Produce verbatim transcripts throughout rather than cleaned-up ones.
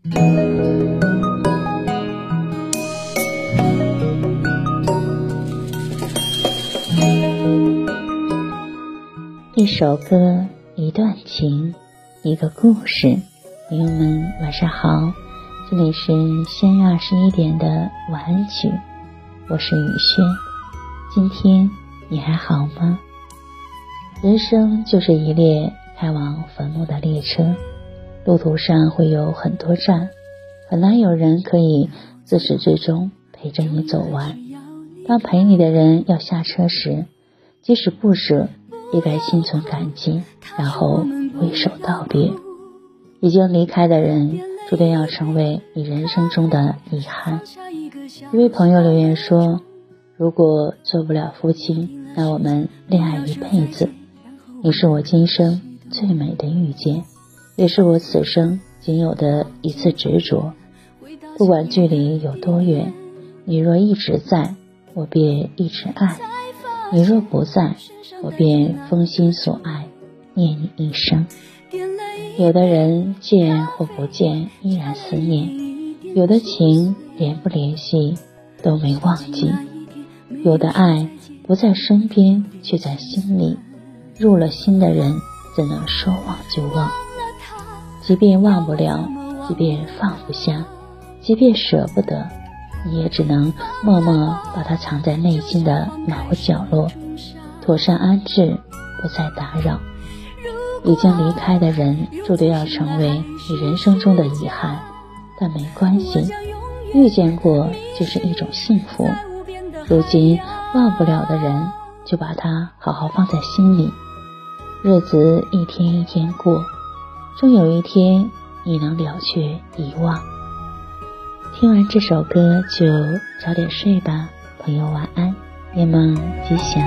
一首歌，一段情，一个故事。朋友们晚上好，这里是深夜二十一点的晚安曲，我是雨轩。今天你还好吗？人生就是一列开往坟墓的列车，路途上会有很多站，很难有人可以自始至终陪着你走完。当陪你的人要下车时，即使不舍，也该心存感激，然后挥手道别。已经离开的人注定要成为你人生中的遗憾。一位朋友留言说，如果做不了夫妻，那我们恋爱一辈子。你是我今生最美的遇见，也是我此生仅有的一次执着。不管距离有多远，你若一直在，我便一直爱；你若不在，我便封心所爱，念你一生。有的人见或不见依然思念，有的情连不联系都没忘记，有的爱不在身边却在心里，入了心的人怎能说忘就忘？即便忘不了，即便放不下，即便舍不得，你也只能默默把它藏在内心的某个角落，妥善安置，不再打扰。已经离开的人注定要成为你人生中的遗憾，但没关系，遇见过就是一种幸福。如今忘不了的人，就把它好好放在心里。日子一天一天过，终有一天你能了却遗忘。听完这首歌就早点睡吧，朋友晚安，夜梦吉祥。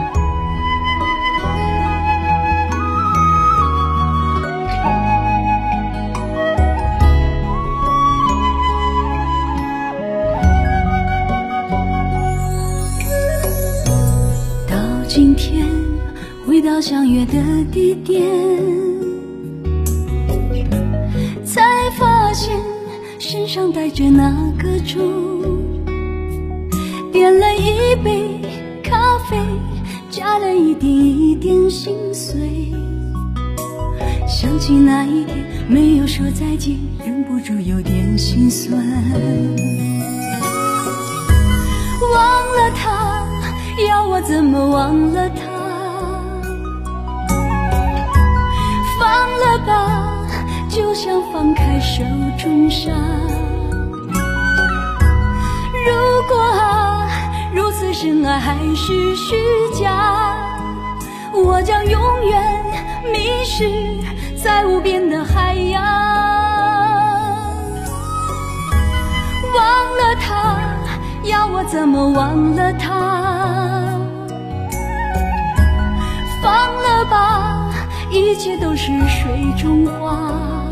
今天回到相约的地点，才发现身上带着那个钟，点了一杯咖啡，加了一点一点心碎。想起那一天没有说再见，忍不住有点心酸。忘了他，要我怎么忘了他？放了吧，就像放开手中沙。如果啊，如此深爱还是虚假，我将永远迷失在无边的海洋。忘了他，要我怎么忘了他？放了吧，一切都是水中花。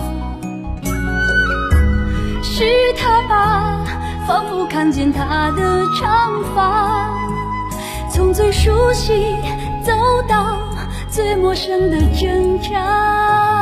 是他吧，仿佛看见他的长发，从最熟悉走到最陌生的挣扎。